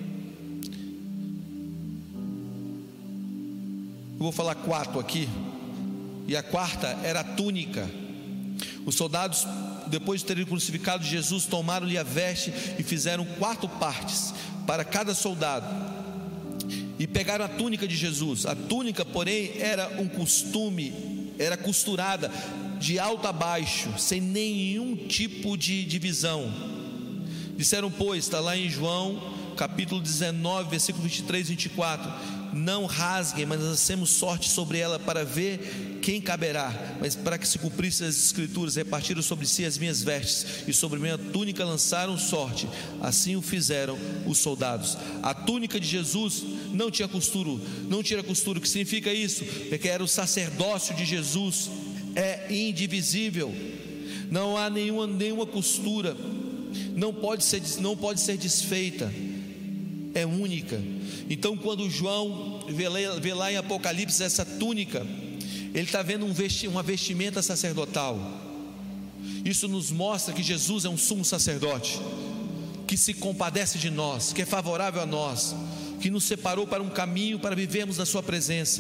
Eu vou falar quatro aqui. E a quarta era a túnica. Os soldados, depois de terem crucificado Jesus, tomaram-lhe a veste e fizeram quatro partes para cada soldado, e pegaram a túnica de Jesus. A túnica, porém, era um costume, era costurada de alto a baixo, sem nenhum tipo de divisão. Disseram, pois, está lá em João capítulo dezenove, versículo vinte e três e vinte e quatro: não rasguem, mas lancemos sorte sobre ela para ver quem caberá. Mas para que se cumprissem as escrituras, repartiram sobre si as minhas vestes, e sobre minha túnica lançaram sorte. Assim o fizeram os soldados. A túnica de Jesus não tinha costura, não tira costura. O que significa isso? É que era o sacerdócio de Jesus, é indivisível, não há nenhuma, nenhuma costura, não pode ser, não pode ser desfeita, é única. Então quando João vê lá, vê lá em Apocalipse essa túnica, ele está vendo um vesti, uma vestimenta sacerdotal. Isso nos mostra que Jesus é um sumo sacerdote, que se compadece de nós, que é favorável a nós, que nos separou para um caminho para vivermos na sua presença.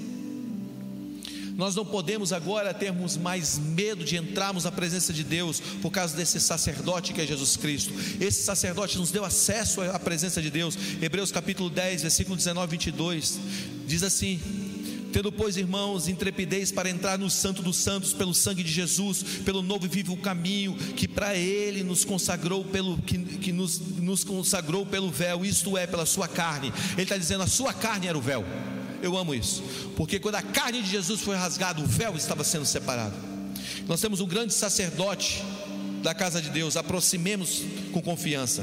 Nós não podemos agora termos mais medo de entrarmos na presença de Deus por causa desse sacerdote que é Jesus Cristo. Esse sacerdote nos deu acesso à presença de Deus. Hebreus capítulo dez, versículo dezenove, vinte e dois diz assim: tendo, pois, irmãos, intrepidez para entrar no Santo dos Santos pelo sangue de Jesus, pelo novo e vivo caminho que para Ele nos consagrou pelo que, que nos, nos consagrou pelo véu, isto é, pela sua carne. Ele está dizendo: a sua carne era o véu. Eu amo isso, porque quando a carne de Jesus foi rasgada, o véu estava sendo separado. Nós temos um grande sacerdote da casa de Deus, aproximemos com confiança.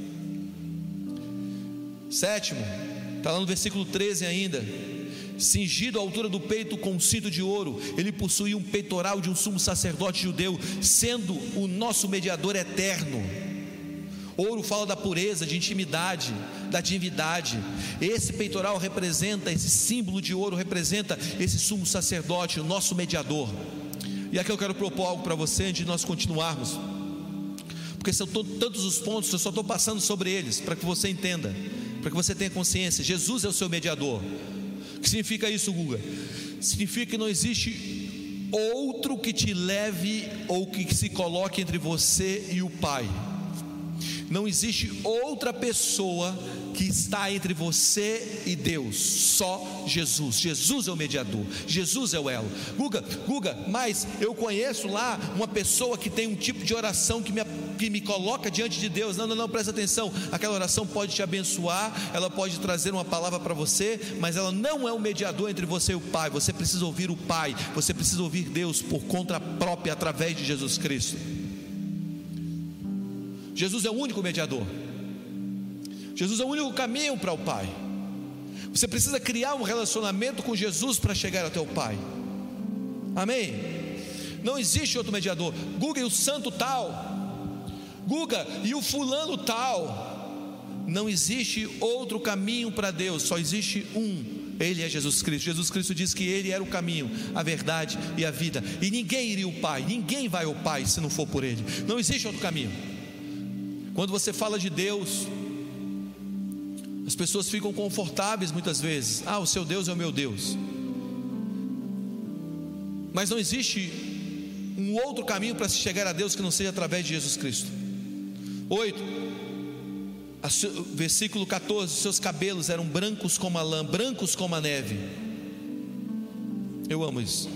Sétimo, está lá no versículo treze ainda: cingido à altura do peito com um cinto de ouro, ele possuía um peitoral de um sumo sacerdote judeu, sendo o nosso mediador eterno. Ouro fala da pureza, de intimidade, da divindade. Esse peitoral representa, esse símbolo de ouro representa esse sumo sacerdote, o nosso mediador. E aqui eu quero propor algo para você antes de nós continuarmos, porque são tantos os pontos, eu só estou passando sobre eles para que você entenda, para que você tenha consciência. Jesus é o seu mediador. O que significa isso, Guga? Significa que não existe outro que te leve ou que se coloque entre você e o Pai. Não existe outra pessoa que está entre você e Deus, só Jesus. Jesus é o mediador, Jesus é o elo. Guga, Guga, mas eu conheço lá uma pessoa que tem um tipo de oração que me, que me coloca diante de Deus. Não, não, não, presta atenção. Aquela oração pode te abençoar, ela pode trazer uma palavra para você, mas ela não é o mediador entre você e o Pai. Você precisa ouvir o Pai, você precisa ouvir Deus por conta própria, através de Jesus Cristo. Jesus é o único mediador. Jesus é o único caminho para o Pai. Você precisa criar um relacionamento com Jesus para chegar até o Pai. Amém? Não existe outro mediador. Guga, e o santo tal, Guga, e o fulano tal. Não existe outro caminho para Deus, só existe um. Ele é Jesus Cristo. Jesus Cristo diz que Ele era o caminho, a verdade e a vida, e ninguém iria ao Pai, ninguém vai ao Pai se não for por Ele. Não existe outro caminho. Quando você fala de Deus, as pessoas ficam confortáveis muitas vezes. Ah, o seu Deus é o meu Deus. Mas não existe um outro caminho para se chegar a Deus que não seja através de Jesus Cristo. Oito, versículo catorze: seus cabelos eram brancos como a lã, brancos como a neve. Eu amo isso.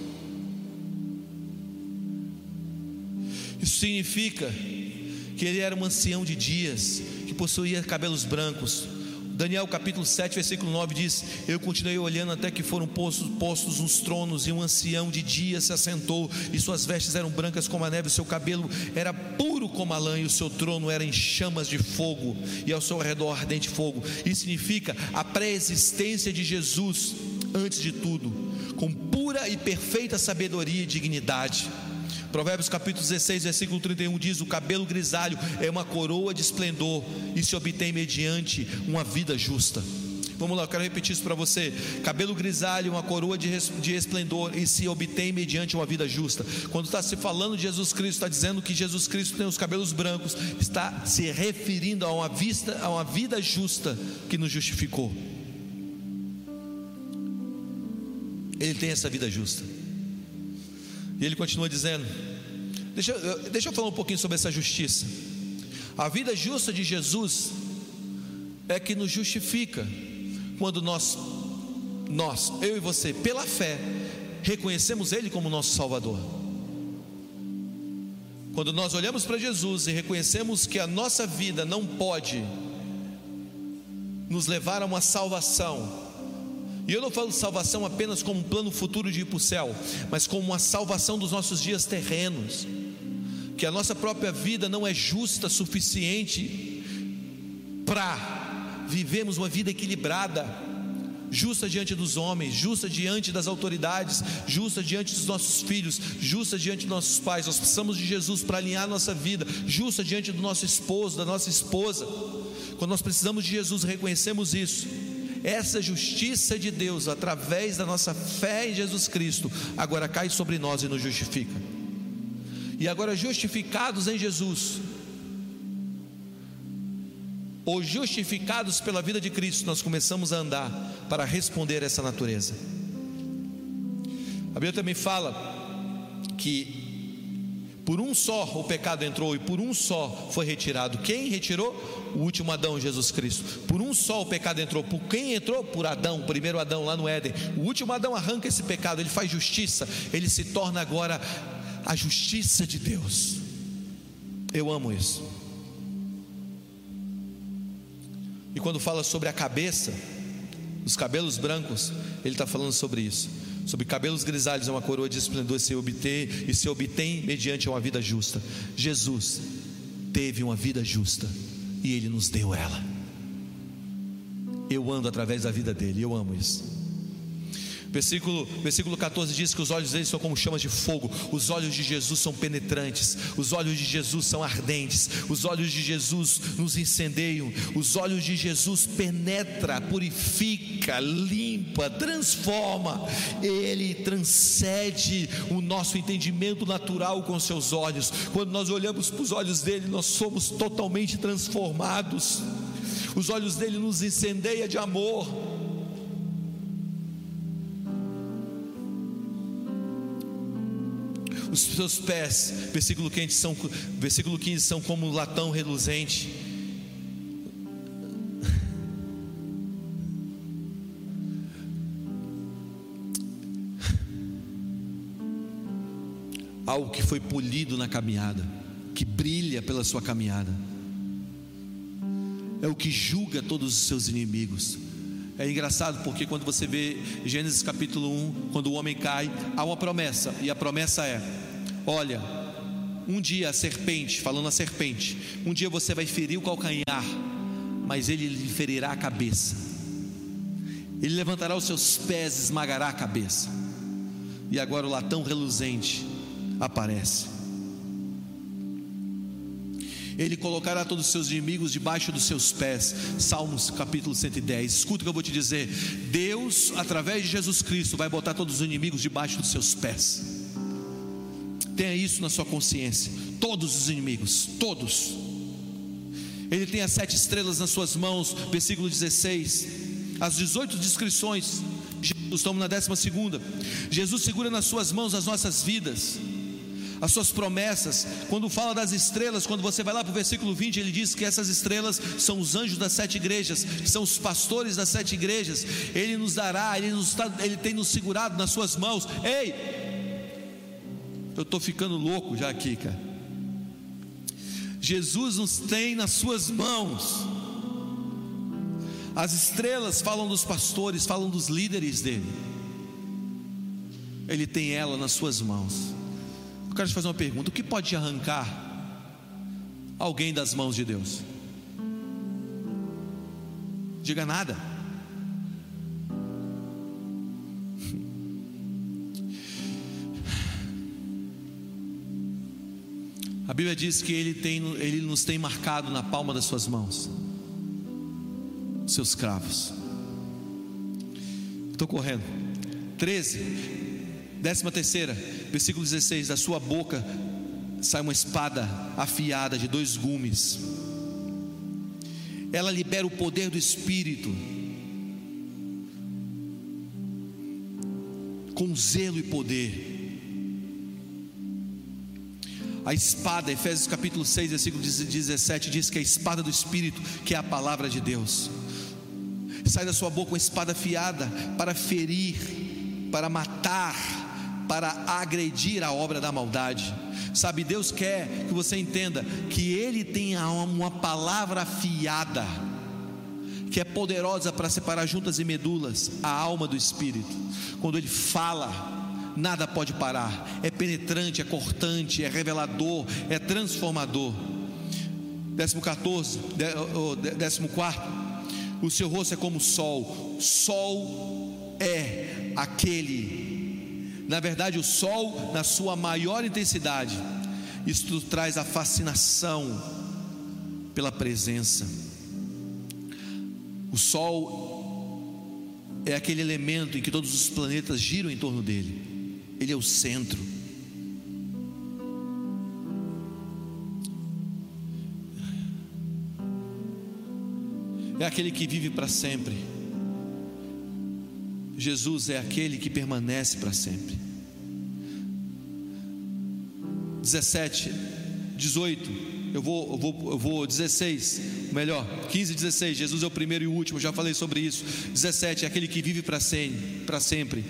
Isso significa que ele era um ancião de dias, que possuía cabelos brancos. Daniel capítulo sete, versículo nove diz: eu continuei olhando até que foram postos, postos uns tronos, e um ancião de dias se assentou, e suas vestes eram brancas como a neve, o seu cabelo era puro como a lã, e o seu trono era em chamas de fogo, e ao seu redor ardente fogo. Isso significa a pré-existência de Jesus antes de tudo, com pura e perfeita sabedoria e dignidade. Provérbios capítulo dezesseis, versículo trinta e um diz: o cabelo grisalho é uma coroa de esplendor, e se obtém mediante uma vida justa. Vamos lá, eu quero repetir isso para você. Cabelo grisalho é uma coroa de, de esplendor, e se obtém mediante uma vida justa. Quando está se falando de Jesus Cristo, está dizendo que Jesus Cristo tem os cabelos brancos, está se referindo a uma, vista, a uma vida justa que nos justificou. Ele tem essa vida justa. E ele continua dizendo, deixa, deixa eu falar um pouquinho sobre essa justiça. A vida justa de Jesus é que nos justifica quando nós, nós, eu e você, pela fé, reconhecemos Ele como nosso Salvador. Quando nós olhamos para Jesus e reconhecemos que a nossa vida não pode nos levar a uma salvação, E eu não falo de salvação apenas como um plano futuro de ir para o céu, mas como uma salvação dos nossos dias terrenos. Que a nossa própria vida não é justa o suficiente para vivermos uma vida equilibrada, justa diante dos homens, justa diante das autoridades, justa diante dos nossos filhos, justa diante dos nossos pais. Nós precisamos de Jesus para alinhar a nossa vida, justa diante do nosso esposo, da nossa esposa. Quando nós precisamos de Jesus, reconhecemos isso. Essa justiça de Deus, através da nossa fé em Jesus Cristo, agora cai sobre nós e nos justifica. E agora, justificados em Jesus, ou justificados pela vida de Cristo, nós começamos a andar para responder a essa natureza. A Bíblia também fala que por um só o pecado entrou e por um só foi retirado. Quem retirou? O último Adão, Jesus Cristo. Por um só o pecado entrou. Por quem entrou? Por Adão, o primeiro Adão lá no Éden. O último Adão arranca esse pecado, ele faz justiça, ele se torna agora a justiça de Deus. Eu amo isso. E quando fala sobre a cabeça, os cabelos brancos, ele está falando sobre isso. Sobre cabelos grisalhos é uma coroa de esplendor se obter, e se obtém mediante uma vida justa. Jesus teve uma vida justa e Ele nos deu ela. Eu ando através da vida dele, eu amo isso. Versículo, versículo catorze diz que os olhos dele são como chamas de fogo. Os olhos de Jesus são penetrantes. Os olhos de Jesus são ardentes. Os olhos de Jesus nos incendeiam. Os olhos de Jesus penetra, purifica, limpa, transforma. Ele transcende o nosso entendimento natural com seus olhos. Quando nós olhamos para os olhos dele, nós somos totalmente transformados. Os olhos dele nos incendeiam de amor. Os seus pés, versículo quinze, são, versículo quinze, são como latão reluzente. Algo que foi polido na caminhada, que brilha pela sua caminhada. É o que julga todos os seus inimigos. É engraçado porque quando você vê Gênesis capítulo um, quando o homem cai, há uma promessa, e a promessa é: olha, um dia a serpente, falando a serpente, um dia você vai ferir o calcanhar, mas ele lhe ferirá a cabeça. Ele levantará os seus pés e esmagará a cabeça. E agora o latão reluzente aparece. Ele colocará todos os seus inimigos debaixo dos seus pés. Salmos capítulo cento e dez. Escuta o que eu vou te dizer. Deus, através de Jesus Cristo, vai botar todos os inimigos debaixo dos seus pés. Tenha isso na sua consciência. Todos os inimigos, todos. Ele tem as sete estrelas nas suas mãos. Versículo dezesseis. As dezoito descrições. Jesus, estamos na décima segunda. Jesus segura nas suas mãos as nossas vidas, as suas promessas. Quando fala das estrelas, quando você vai lá para o versículo vinte, ele diz que essas estrelas são os anjos das sete igrejas, são os pastores das sete igrejas. Ele nos dará, ele, nos tá, ele tem nos segurado nas suas mãos. Ei, eu estou ficando louco já aqui, cara. Jesus nos tem nas suas mãos. As estrelas falam dos pastores, falam dos líderes dele. Ele tem ela nas suas mãos. Eu quero te fazer uma pergunta: o que pode arrancar alguém das mãos de Deus? Diga nada. A Bíblia diz que Ele, tem, Ele nos tem marcado na palma das suas mãos, seus cravos. Estou correndo. treze. Décima terceira, versículo dezesseis. Da sua boca sai uma espada afiada de dois gumes. Ela libera o poder do Espírito, com zelo e poder. A espada, Efésios capítulo seis, versículo dezessete, diz que a espada do Espírito, que é a palavra de Deus, sai da sua boca uma espada afiada para ferir, para matar, para agredir a obra da maldade. Sabe, Deus quer que você entenda que Ele tem uma palavra afiada, que é poderosa para separar juntas e medulas, a alma do espírito. Quando ele fala, nada pode parar. É penetrante, é cortante, é revelador, é transformador. Décimo quatorze, décimo quarto, o seu rosto é como o sol. Sol é aquele, na verdade o sol na sua maior intensidade. Isto traz a fascinação pela presença. O sol é aquele elemento em que todos os planetas giram em torno dele. Ele é o centro. É aquele que vive para sempre. Jesus é aquele que permanece para sempre. dezessete, dezoito, eu vou, eu vou, eu vou dezesseis, melhor, quinze e dezesseis. Jesus é o primeiro e o último, já falei sobre isso. dezessete é aquele que vive para sempre, para sempre.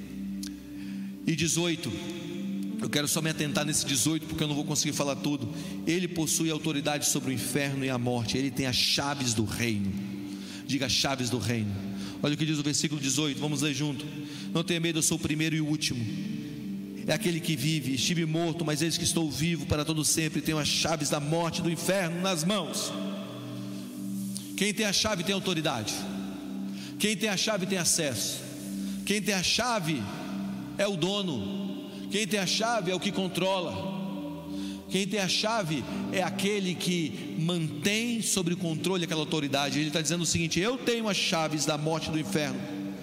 E dezoito, eu quero só me atentar nesse dezoito, porque eu não vou conseguir falar tudo. Ele possui autoridade sobre o inferno e a morte. Ele tem as chaves do reino. Diga: chaves do reino. Olha o que diz o versículo dezoito, vamos ler junto. Não tenha medo, eu sou o primeiro e o último. É aquele que vive. Estive morto, mas eis que estou vivo para todo sempre. Tenho as chaves da morte e do inferno nas mãos. Quem tem a chave tem autoridade. Quem tem a chave tem acesso. Quem tem a chave é o dono. Quem tem a chave é o que controla. Quem tem a chave é aquele que mantém sob controle aquela autoridade. Ele está dizendo o seguinte: eu tenho as chaves da morte e do inferno.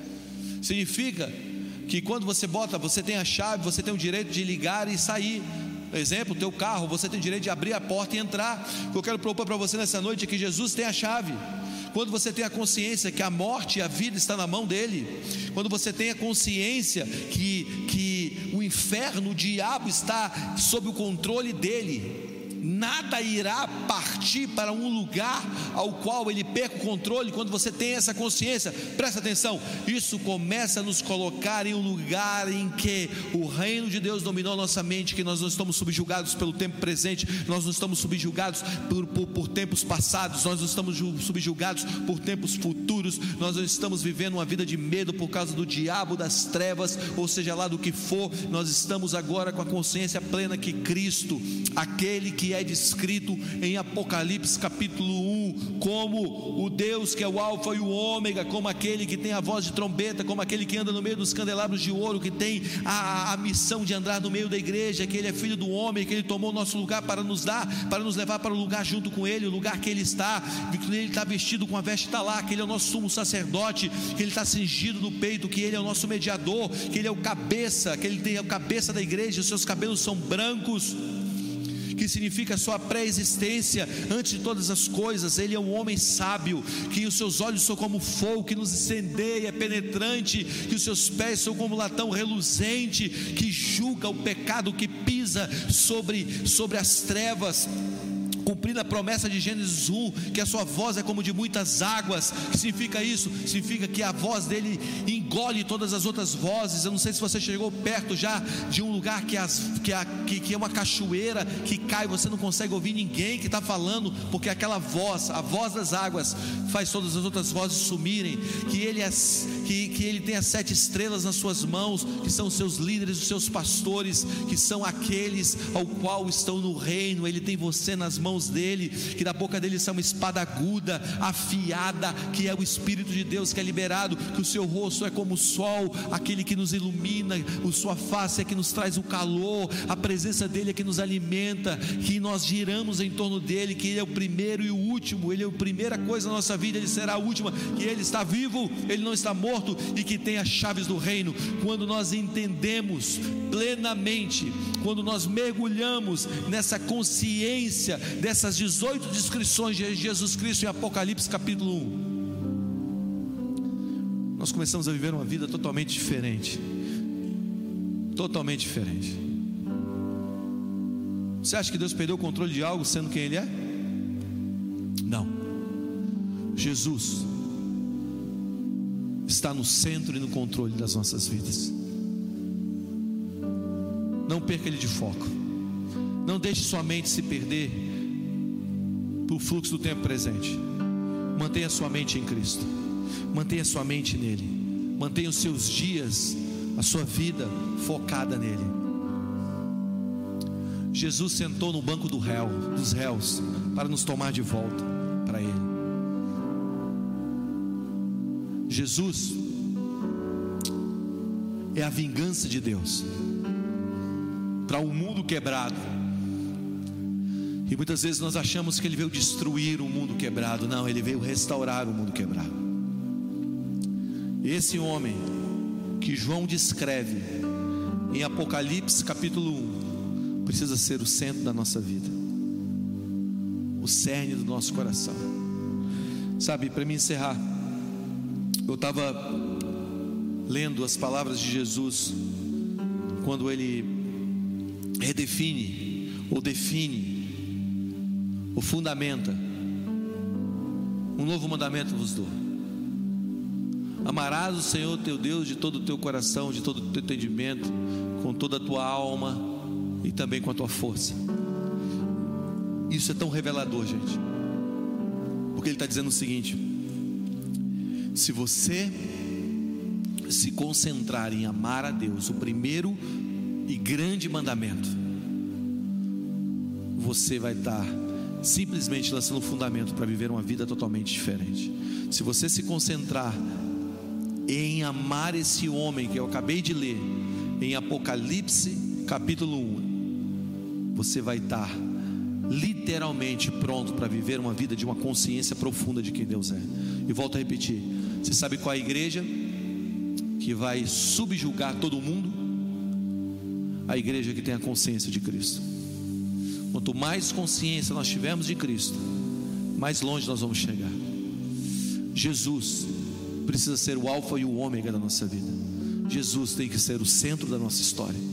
Significa que quando você bota, você tem a chave, você tem o direito de ligar e sair. Exemplo, o teu carro, você tem o direito de abrir a porta e entrar. O que eu quero propor para você nessa noite é que Jesus tem a chave. Quando você tem a consciência que a morte e a vida está na mão dele, quando você tem a consciência que, que o inferno, o diabo está sob o controle dele, nada irá partir para um lugar ao qual ele perca o controle. Quando você tem essa consciência, presta atenção, isso começa a nos colocar em um lugar em que o reino de Deus dominou a nossa mente, que nós não estamos subjugados pelo tempo presente, nós não estamos subjugados por, por, por tempos passados, nós não estamos subjugados por tempos futuros, nós não estamos vivendo uma vida de medo por causa do diabo, das trevas, ou seja lá do que for. Nós estamos agora com a consciência plena que Cristo, aquele que é descrito em Apocalipse capítulo um como o Deus que é o alfa e o ômega, como aquele que tem a voz de trombeta, como aquele que anda no meio dos candelabros de ouro, que tem a, a missão de andar no meio da igreja, que ele é filho do homem, que ele tomou o nosso lugar para nos dar, para nos levar para o lugar junto com ele, o lugar que ele está, que ele está vestido com a veste talá, que ele é o nosso sumo sacerdote, que ele está cingido no peito, que ele é o nosso mediador, que ele é o cabeça, que ele tem a cabeça da igreja, os seus cabelos são brancos, que significa a sua pré-existência antes de todas as coisas. Ele é um homem sábio, que os seus olhos são como fogo que nos incendeia, é penetrante, que os seus pés são como latão reluzente, que julga o pecado, que pisa sobre, sobre as trevas, cumprindo a promessa de Gênesis um, que a sua voz é como de muitas águas. O que significa isso? Significa que a voz dele engole todas as outras vozes. Eu não sei se você chegou perto já de um lugar que, as, que, a, que, que é uma cachoeira que cai, você não consegue ouvir ninguém que está falando, porque aquela voz, a voz das águas, faz todas as outras vozes sumirem. Que ele, é, que, que ele tem as sete estrelas nas suas mãos, que são os seus líderes, os seus pastores, que são aqueles ao qual estão no reino. Ele tem você nas mãos dele, que da boca dele sai uma espada aguda, afiada, que é o Espírito de Deus que é liberado, que o seu rosto é como o sol, aquele que nos ilumina, a sua face é que nos traz o calor, a presença dele é que nos alimenta, que nós giramos em torno dele, que ele é o primeiro e o último, ele é a primeira coisa na nossa vida, ele será a última, que ele está vivo, ele não está morto, e que tem as chaves do reino. Quando nós entendemos plenamente, quando nós mergulhamos nessa consciência dessas dezoito descrições de Jesus Cristo em Apocalipse capítulo um, nós começamos a viver uma vida totalmente diferente. Totalmente diferente. Você acha que Deus perdeu o controle de algo sendo quem Ele é? Não. Jesus está no centro e no controle das nossas vidas. Não perca Ele de foco. Não deixe sua mente se perder para o fluxo do tempo presente. Mantenha sua mente em Cristo, mantenha sua mente nele, mantenha os seus dias, a sua vida focada nele. Jesus sentou no banco do réu, dos réus para nos tomar de volta para ele. Jesus é a vingança de Deus para um mundo quebrado. E muitas vezes nós achamos que ele veio destruir o mundo quebrado. Não, ele veio restaurar o mundo quebrado. Esse homem que João descreve em Apocalipse capítulo um precisa ser o centro da nossa vida, o cerne do nosso coração. Sabe, para me encerrar, eu estava lendo as palavras de Jesus quando ele redefine ou define ou fundamenta: um novo mandamento vos dou, amarás o Senhor teu Deus de todo o teu coração, de todo o teu entendimento, com toda a tua alma e também com a tua força. Isso é tão revelador, gente, porque ele está dizendo o seguinte: se você se concentrar em amar a Deus, o primeiro e grande mandamento, você vai estar simplesmente lançando o fundamento para viver uma vida totalmente diferente. Se você se concentrar em amar esse homem que eu acabei de ler em Apocalipse capítulo um, você vai estar literalmente pronto para viver uma vida de uma consciência profunda de quem Deus é. E volto a repetir: você sabe qual é a igreja que vai subjugar todo mundo? A igreja que tem a consciência de Cristo. Quanto mais consciência nós tivermos de Cristo, mais longe nós vamos chegar. Jesus precisa ser o alfa e o ômega da nossa vida. Jesus tem que ser o centro da nossa história.